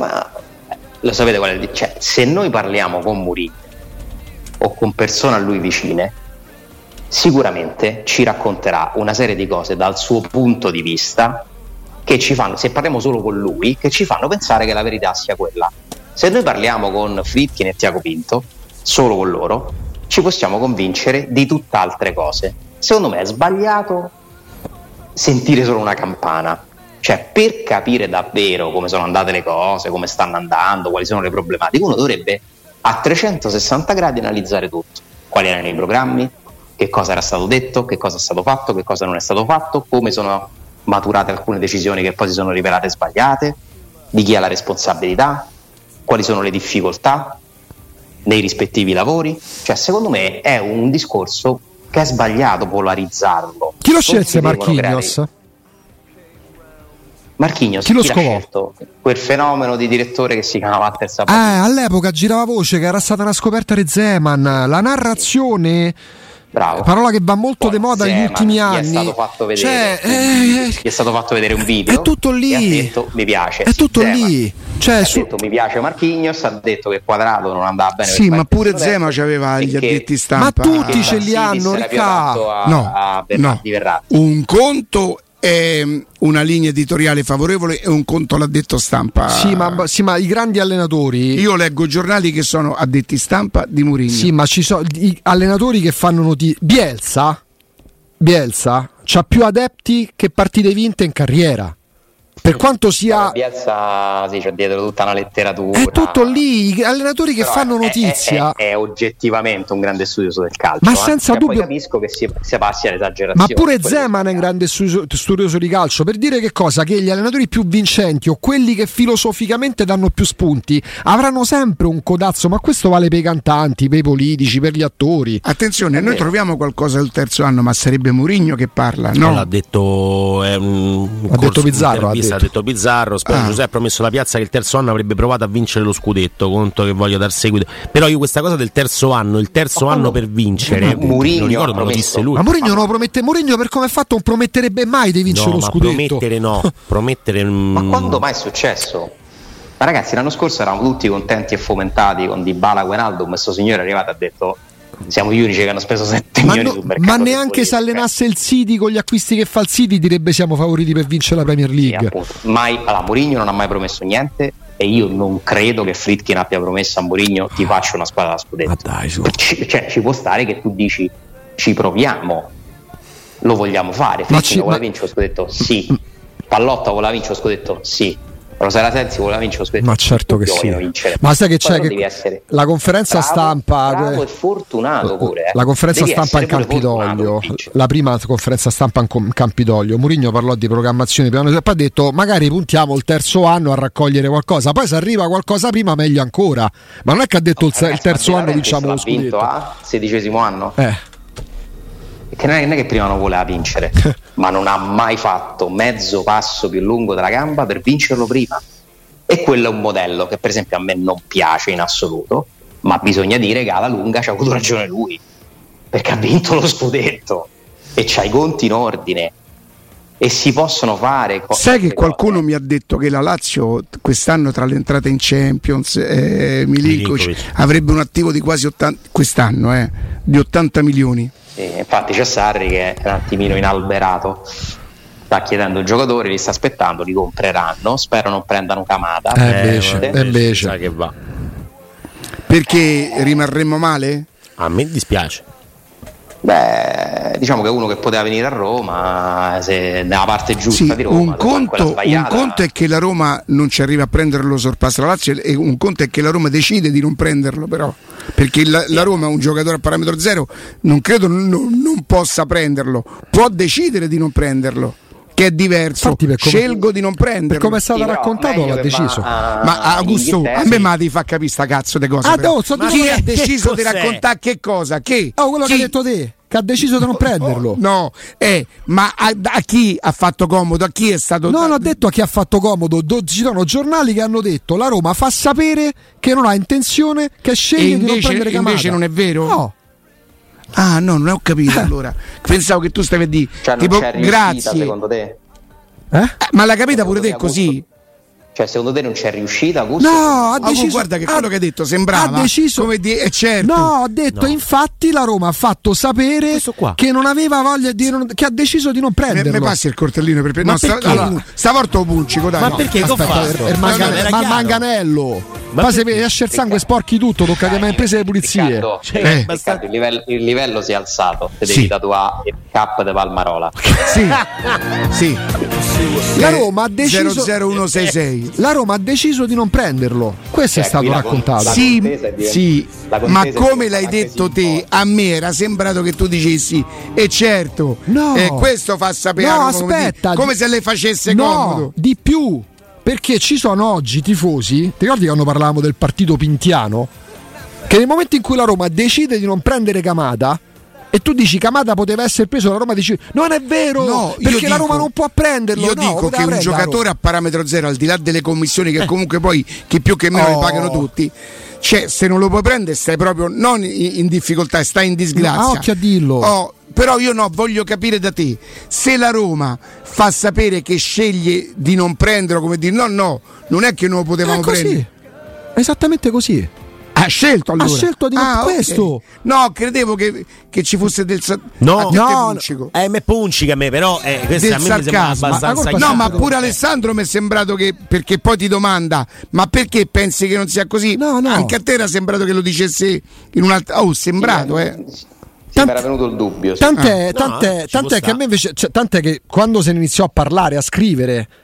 lo sapete qual è? Cioè, se noi parliamo con Mourinho o con persone a lui vicine, sicuramente ci racconterà una serie di cose dal suo punto di vista che ci fanno, se parliamo solo con lui, che ci fanno pensare che la verità sia quella. Se noi parliamo con Friedkin e Tiago Pinto, solo con loro, ci possiamo convincere di tutt'altre cose. Secondo me è sbagliato sentire solo una campana, cioè per capire davvero come sono andate le cose, come stanno andando, quali sono le problematiche, uno dovrebbe a 360 gradi analizzare tutto, quali erano i programmi, che cosa era stato detto, che cosa è stato fatto, che cosa non è stato fatto, come sono maturate alcune decisioni che poi si sono rivelate sbagliate, di chi ha la responsabilità, quali sono le difficoltà nei rispettivi lavori. Cioè secondo me è un discorso che è sbagliato polarizzarlo. Chi lo scelse Marquinhos? Marquinhos, chi lo scovò? Quel fenomeno di direttore che si chiamava Walter Sabatini. All'epoca girava voce che era stata una scoperta di Zeman, la narrazione. Bravo. Parola che va molto di moda negli ultimi anni. Gli è stato fatto vedere, gli è stato fatto vedere un video. È tutto lì. E ha detto mi piace. È tutto Zeman lì. Cioè, ha detto mi piace Marquinhos, ha detto che Quadrato non andava bene. Sì, ma pure Zeman c'aveva gli addetti stampa. Ma tutti ce li hanno, Riccardo. No. Un conto è una linea editoriale favorevole e un conto l'addetto stampa. Sì, ma i grandi allenatori. Io leggo giornali che sono addetti stampa di Mourinho. Sì, ma ci sono i allenatori che fanno notizie. Bielsa c'ha più adepti che partite vinte in carriera. per quanto sia Bielsa, sì, c'è dietro tutta una letteratura, è tutto lì, allenatori che però fanno notizia, è oggettivamente un grande studioso del calcio, ma senza dubbio. Poi capisco che si passi all'esagerazione, ma pure Zeman è un grande studioso di calcio, per dire che cosa, che gli allenatori più vincenti o quelli che filosoficamente danno più spunti avranno sempre un codazzo, ma questo vale per i cantanti, per i politici, per gli attori. Attenzione, noi troviamo qualcosa del terzo anno, ma sarebbe Mourinho che parla, no? L'ha detto, ha detto Pizzarro, ha detto Pizzarro. Giuseppe ha messo la piazza che il terzo anno avrebbe provato a vincere lo scudetto, conto che voglio dar seguito, però io questa cosa del terzo anno, il terzo anno per vincere, Mourinho, ricordo, me lo disse lui. Ma Mourinho non promette, Mourinho per come è fatto non prometterebbe mai di vincere lo scudetto. Promettere ma quando mai è successo? Ma ragazzi, l'anno scorso eravamo tutti contenti e fomentati con Dybala, Wijnaldum, e sto signore è arrivato e ha detto siamo gli unici che hanno speso 7 milioni sul mercato. Ma neanche se allenasse il City con gli acquisti che fa il City direbbe siamo favoriti per vincere la Premier League. Sì, Mourinho non ha mai promesso niente e io non credo che Friedkin abbia promesso a Mourinho ti faccio una squadra da scudetto. Ma dai, cioè, ci può stare che tu dici ci proviamo, lo vogliamo fare. Friedkin vuole vincere lo scudetto? Sì. Pallotta vuole vincere lo scudetto? Sì. Rosella Sensi voleva vincere lo scudetto, ma certo che sì. Ma sai che c'è che la conferenza stampa bravo e fortunato pure, la conferenza stampa in Campidoglio, la prima conferenza stampa in Campidoglio, Mourinho parlò di programmazione, poi ha detto magari puntiamo il terzo anno a raccogliere qualcosa, poi se arriva qualcosa prima meglio ancora, ma non è che ha detto il terzo anno vinciamo lo scudetto. Vinto a 16° anno? Che non è che prima non voleva vincere, ma non ha mai fatto mezzo passo più lungo della gamba per vincerlo prima. E quello è un modello che per esempio a me non piace in assoluto, ma bisogna dire che alla lunga ci ha avuto ragione lui, perché ha vinto lo scudetto e c'ha i conti in ordine e si possono fare cose. Sai che qualcuno mi ha detto che la Lazio quest'anno tra l'entrata in Champions Milinkovic avrebbe un attivo di quasi 80 quest'anno di 80 milioni. Infatti c'è Sarri che è un attimino inalberato, sta chiedendo il giocatore, li sta aspettando, li compreranno, spero non prendano Kamada invece che va. Perché rimarremmo male? A me dispiace. Beh, diciamo che uno che poteva venire a Roma se nella parte giusta di Roma. Un conto è che la Roma non ci arriva a prenderlo, sorpassa la Lazio, e un conto è che la Roma decide di non prenderlo, però perché la Roma è un giocatore a parametro zero, non credo non possa prenderlo, può decidere di non prenderlo, che è diverso. Scelgo di non prenderlo. Per come è stato raccontato l'ha deciso. Ma Augusto, a me ti fa capire sta cazzo di cose. Chi ha deciso di raccontare che cosa? Che? Quello che hai detto te, che ha deciso di non prenderlo. No, ma a chi ha fatto comodo? A chi è stato? No, non ho detto a chi ha fatto comodo. Ci sono giornali che hanno detto la Roma fa sapere che non ha intenzione, che sceglie di non prendere Kamada. Invece non è vero? No. Ah no, non ho capito allora. Pensavo che tu stavi a dire tipo grazie. Secondo te? Ma l'ha capita pure te così? Cioè secondo te non c'è riuscita? Augusto? No, ha deciso, guarda che quello che hai detto sembrava ha deciso, come certo. No, ho detto infatti la Roma ha fatto sapere che non aveva voglia che ha deciso di non prenderlo. Mi passi il coltellino per stavolta lo puncico, dai. Ma perché Manganello. Ma se esce il sangue sporchi tutto, tocca chiamare imprese di pulizie. Riccardo, il livello si è alzato, te devi tatuare il cap de Palmarola. Sì. La Roma ha deciso 00166. La Roma ha deciso di non prenderlo. Questo è stato raccontato. Sì, ma come l'hai detto te, a me era sembrato che tu dicessi e certo, questo fa sapere come se lei facesse comodo. Di più, perché ci sono oggi tifosi, ti ricordi quando parlavamo del partito pintiano, che nel momento in cui la Roma decide di non prendere Kamada e tu dici Kamada poteva essere preso, la Roma dice non è vero, perché la Roma non può prenderlo. Io dico che un giocatore a parametro zero, al di là delle commissioni che comunque poi chi più che meno li pagano tutti, cioè se non lo puoi prendere stai proprio non in difficoltà, stai in disgrazia. Occhio a dirlo. Però io voglio capire da te, se la Roma fa sapere che sceglie di non prenderlo, come dire no, non è che non lo potevamo prendere. Esattamente così. Ha scelto allora. Ha scelto di questo. Okay. No, credevo che ci fosse del Puncico. Me puncica a me, però questo a me mi sembra abbastanza chiaro. No, ma pure Alessandro mi è sembrato che, perché poi ti domanda "Ma perché pensi che non sia così?" No. Anche a te era sembrato che lo dicesse in un'altra sembrato, Sì, mi era venuto il dubbio. Sì. Tant'è che a me invece, tant'è che quando se ne iniziò a parlare, a scrivere,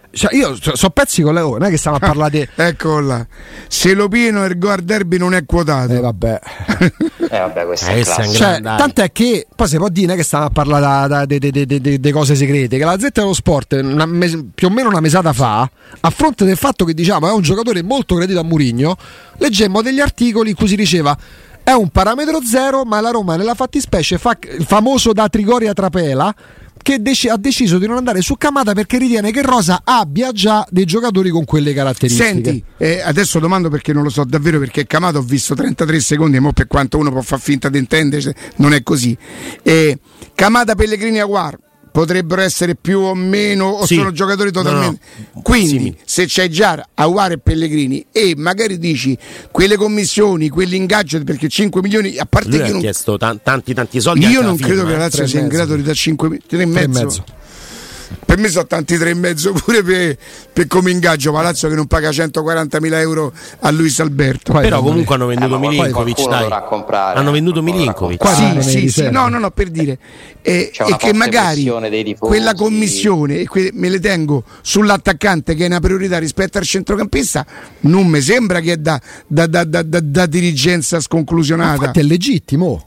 cioè io so pezzi con non è che stiamo a parlare eccola, se lo pieno il Goal Derby non è quotato, vabbè questa è cioè, tant'è che poi si può dire che stiamo a parlare di cose segrete, che la Gazzetta dello Sport più o meno una mesata fa, a fronte del fatto che diciamo è un giocatore molto gradito a Mourinho, leggemmo degli articoli in cui si diceva è un parametro zero, ma la Roma nella fattispecie fa il famoso da Trigoria Trapela, che ha deciso di non andare su Kamada perché ritiene che Rosa abbia già dei giocatori con quelle caratteristiche. Senti, adesso domando perché non lo so davvero, perché Kamada ho visto 33 secondi e mo per quanto uno può far finta di intendere non è così. Kamada, Pellegrini e Aouar potrebbero essere più o meno o sono giocatori totalmente quindi se c'è già Aouar e Pellegrini e magari dici quelle commissioni, quell'ingaggio, perché 5 milioni a parte lui che ha chiesto tanti soldi, io non credo che la Lazio sia in grado di dare 3,5. Per me sono tanti 3,5 pure per come ingaggio, ma Lazio che non paga 140.000 euro a Luis Alberto. Però comunque hanno venduto Milinkovic, dai. Hanno venduto Milinkovic. Sì, no, per dire e che magari quella commissione me le tengo sull'attaccante che è una priorità rispetto al centrocampista, non mi sembra che è da dirigenza sconclusionata. Infatti è legittimo.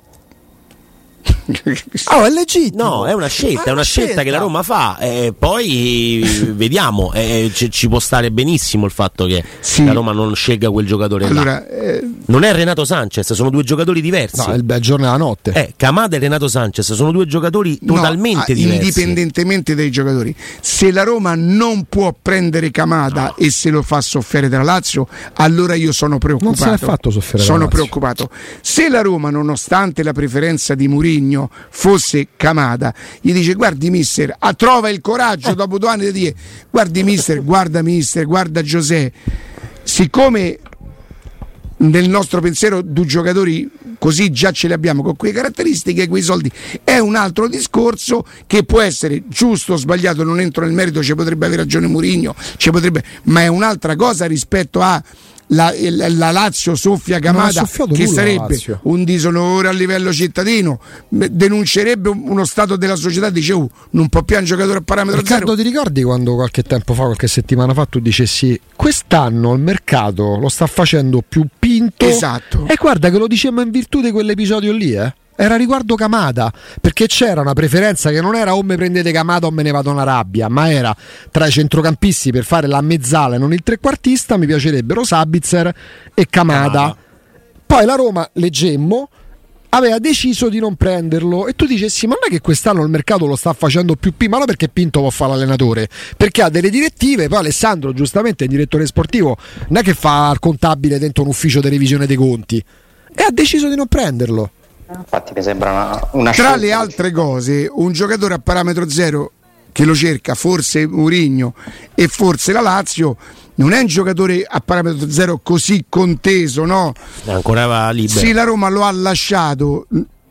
È legittimo. No, è una scelta che la Roma fa, poi vediamo, ci può stare benissimo il fatto che la Roma non scelga quel giocatore là. Non è Renato Sanchez, sono due giocatori diversi. No, è il bel giorno e la notte. Kamada e Renato Sanchez sono due giocatori totalmente diversi. Indipendentemente dai giocatori, se la Roma non può prendere Kamada e se lo fa soffrire dalla Lazio, allora io sono preoccupato. Non si è fatto soffrire. Sono preoccupato. Se la Roma, nonostante la preferenza di Mourinho, fosse Kamada, gli dice guardi mister, trova il coraggio dopo 2 anni di dire guardi mister, guarda Giuseppe, siccome nel nostro pensiero 2 giocatori così già ce li abbiamo con quelle caratteristiche, quei soldi, è un altro discorso che può essere giusto o sbagliato, non entro nel merito, ci potrebbe avere ragione Mourinho, ma è un'altra cosa rispetto a la Lazio soffia Kamada, che sarebbe un disonore a livello cittadino, denuncerebbe uno stato della società, dice non può più un giocatore a parametro Riccardo, zero. ti ricordi quando qualche settimana fa tu dicessi quest'anno il mercato lo sta facendo più Pinto? Esatto. E guarda che lo dicemmo in virtù di quell'episodio lì, era riguardo Kamada, perché c'era una preferenza che non era o me prendete Kamada o me ne vado in Arabia, ma era tra i centrocampisti per fare la mezzala e non il trequartista, mi piacerebbero Sabitzer e Kamada. Poi la Roma, leggemmo, aveva deciso di non prenderlo e tu dicessi ma non è che quest'anno il mercato lo sta facendo più ma no perché Pinto può fare l'allenatore, perché ha delle direttive, poi Alessandro giustamente il direttore sportivo non è che fa il contabile dentro un ufficio di revisione dei conti e ha deciso di non prenderlo. Infatti mi sembra una tra le altre cose un giocatore a parametro zero che lo cerca forse Mourinho e forse la Lazio non è un giocatore a parametro zero così conteso, no? Ancora libero. Sì, la Roma lo ha lasciato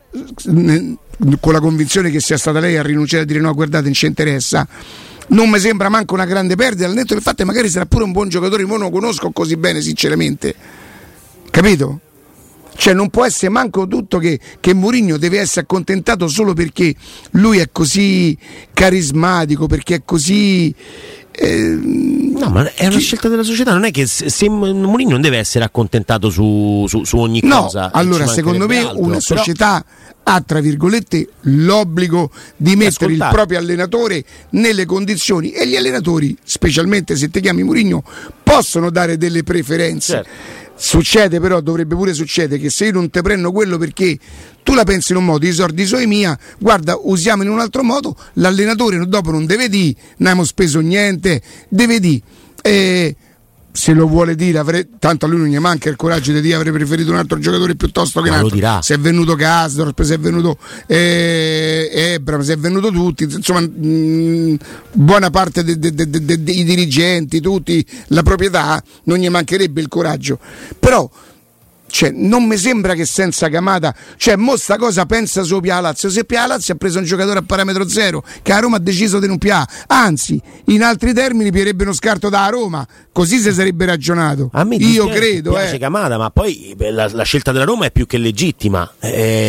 con la convinzione che sia stata lei a rinunciare a dire no, guardate, non ci interessa. Non mi sembra manco una grande perdita, al netto del fatto che magari sarà pure un buon giocatore, ma non lo conosco così bene sinceramente, capito? Cioè non può essere manco tutto che Mourinho deve essere accontentato solo perché lui è così carismatico, perché è così no, ma è una scelta della società, non è che se Mourinho non deve essere accontentato su ogni cosa. Allora secondo me una società ha tra virgolette l'obbligo di mettere il proprio allenatore nelle condizioni, e gli allenatori, specialmente se ti chiami Mourinho, possono dare delle preferenze. Certo. Succede però, dovrebbe pure succedere che se io non te prendo quello perché tu la pensi in un modo, i soldi sono i mia, guarda, usiamo in un altro modo, l'allenatore dopo non deve dire non abbiamo speso niente, deve dire se lo vuole dire, tanto a lui non gli manca il coraggio di dire avrei preferito un altro giocatore piuttosto che un altro. Se è venuto Kasdorp, se è venuto Ebram, se è venuto tutti, insomma buona parte dei dirigenti, tutti, la proprietà, non gli mancherebbe il coraggio, però non mi sembra che senza Kamada, mo sta cosa pensa solo Pia Lazio, se Pia Lazio ha preso un giocatore a parametro zero che a Roma ha deciso di non Pia, anzi in altri termini piacerebbe uno scarto da Roma, così si sarebbe ragionato. A me io credo piace Kamada, ma poi la scelta della Roma è più che legittima.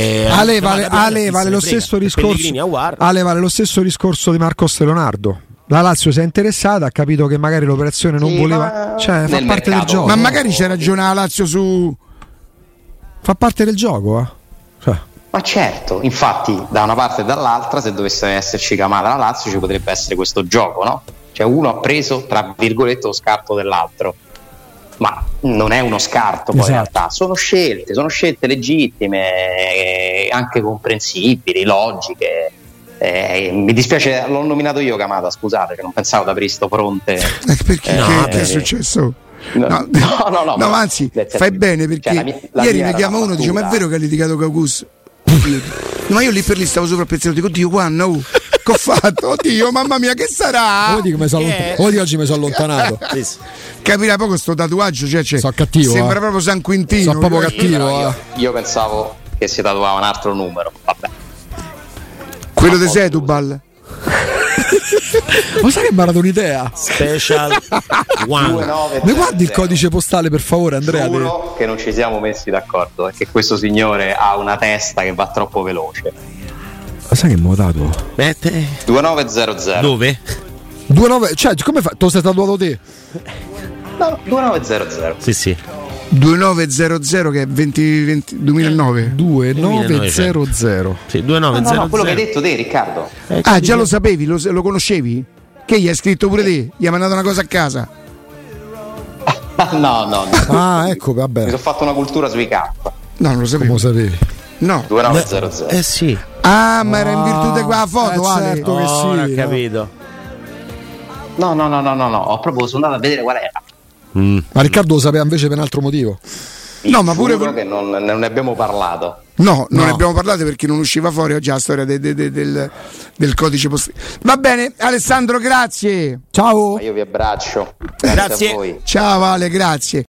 Vale lo stesso discorso di Marcos Leonardo. La Lazio si è interessata, ha capito che magari l'operazione non voleva, cioè fa parte del gioco. Ma magari c'è ragione la Lazio su. Fa parte del gioco, cioè. Ma certo, infatti da una parte e dall'altra, se dovesse esserci Camara la Lazio, ci potrebbe essere questo gioco, no? Cioè uno ha preso, tra virgolette, lo scarto dell'altro, ma non è uno scarto poi, esatto. In realtà sono scelte legittime, anche comprensibili, logiche. Mi dispiace, l'ho nominato io Camata, scusate, che non pensavo di aprire sto fronte. Perché che è successo? No, anzi, fai bene, perché ieri ne chiama uno e dice: ma è vero che ha litigato Caucus? Ma io lì per lì stavo sopra pensato, dico: Dio, quando che ho fatto? Oddio, mamma mia, che sarà? Oggi mi sono allontanato. Capirà poco sto tatuaggio, cioè sono cattivo. Sembra proprio San Quintino. Sono proprio cattivo. Io pensavo che si tatuava un altro numero. Vabbè. Quello di Setubal. Ma sai che mi ha dato un'idea? Special One. Mi guardi il codice postale, per favore, Andrea? Giuro che non ci siamo messi d'accordo, è che questo signore ha una testa che va troppo veloce. Ma sai che mi ho dato? 2900. Dove? 29, cioè come fai? Te lo sei tatuato te? No, 2900. Sì. 2900 che è 2009. 2900. Sì, 2900. No, quello che hai detto te, Riccardo. Già lo sapevi? Lo conoscevi? Che gli hai scritto pure te? Gli hai mandato una cosa a casa? No. Ah, ecco, vabbè. Mi sono fatto una cultura sui K. No, non lo sapevi. Come lo sapevi? No. 2900. Sì. Ma era in virtù di quella foto, certo che sì. Ho capito. No. Ho proprio sono andato a vedere qual era. Ma Riccardo lo sapeva invece per un altro motivo. No, ma pure che non ne abbiamo parlato. No, non ne abbiamo parlato perché non usciva fuori oggi la storia del codice postale. Va bene, Alessandro, grazie. Ciao. Ma io vi abbraccio. Grazie a voi. Ciao Ale, grazie.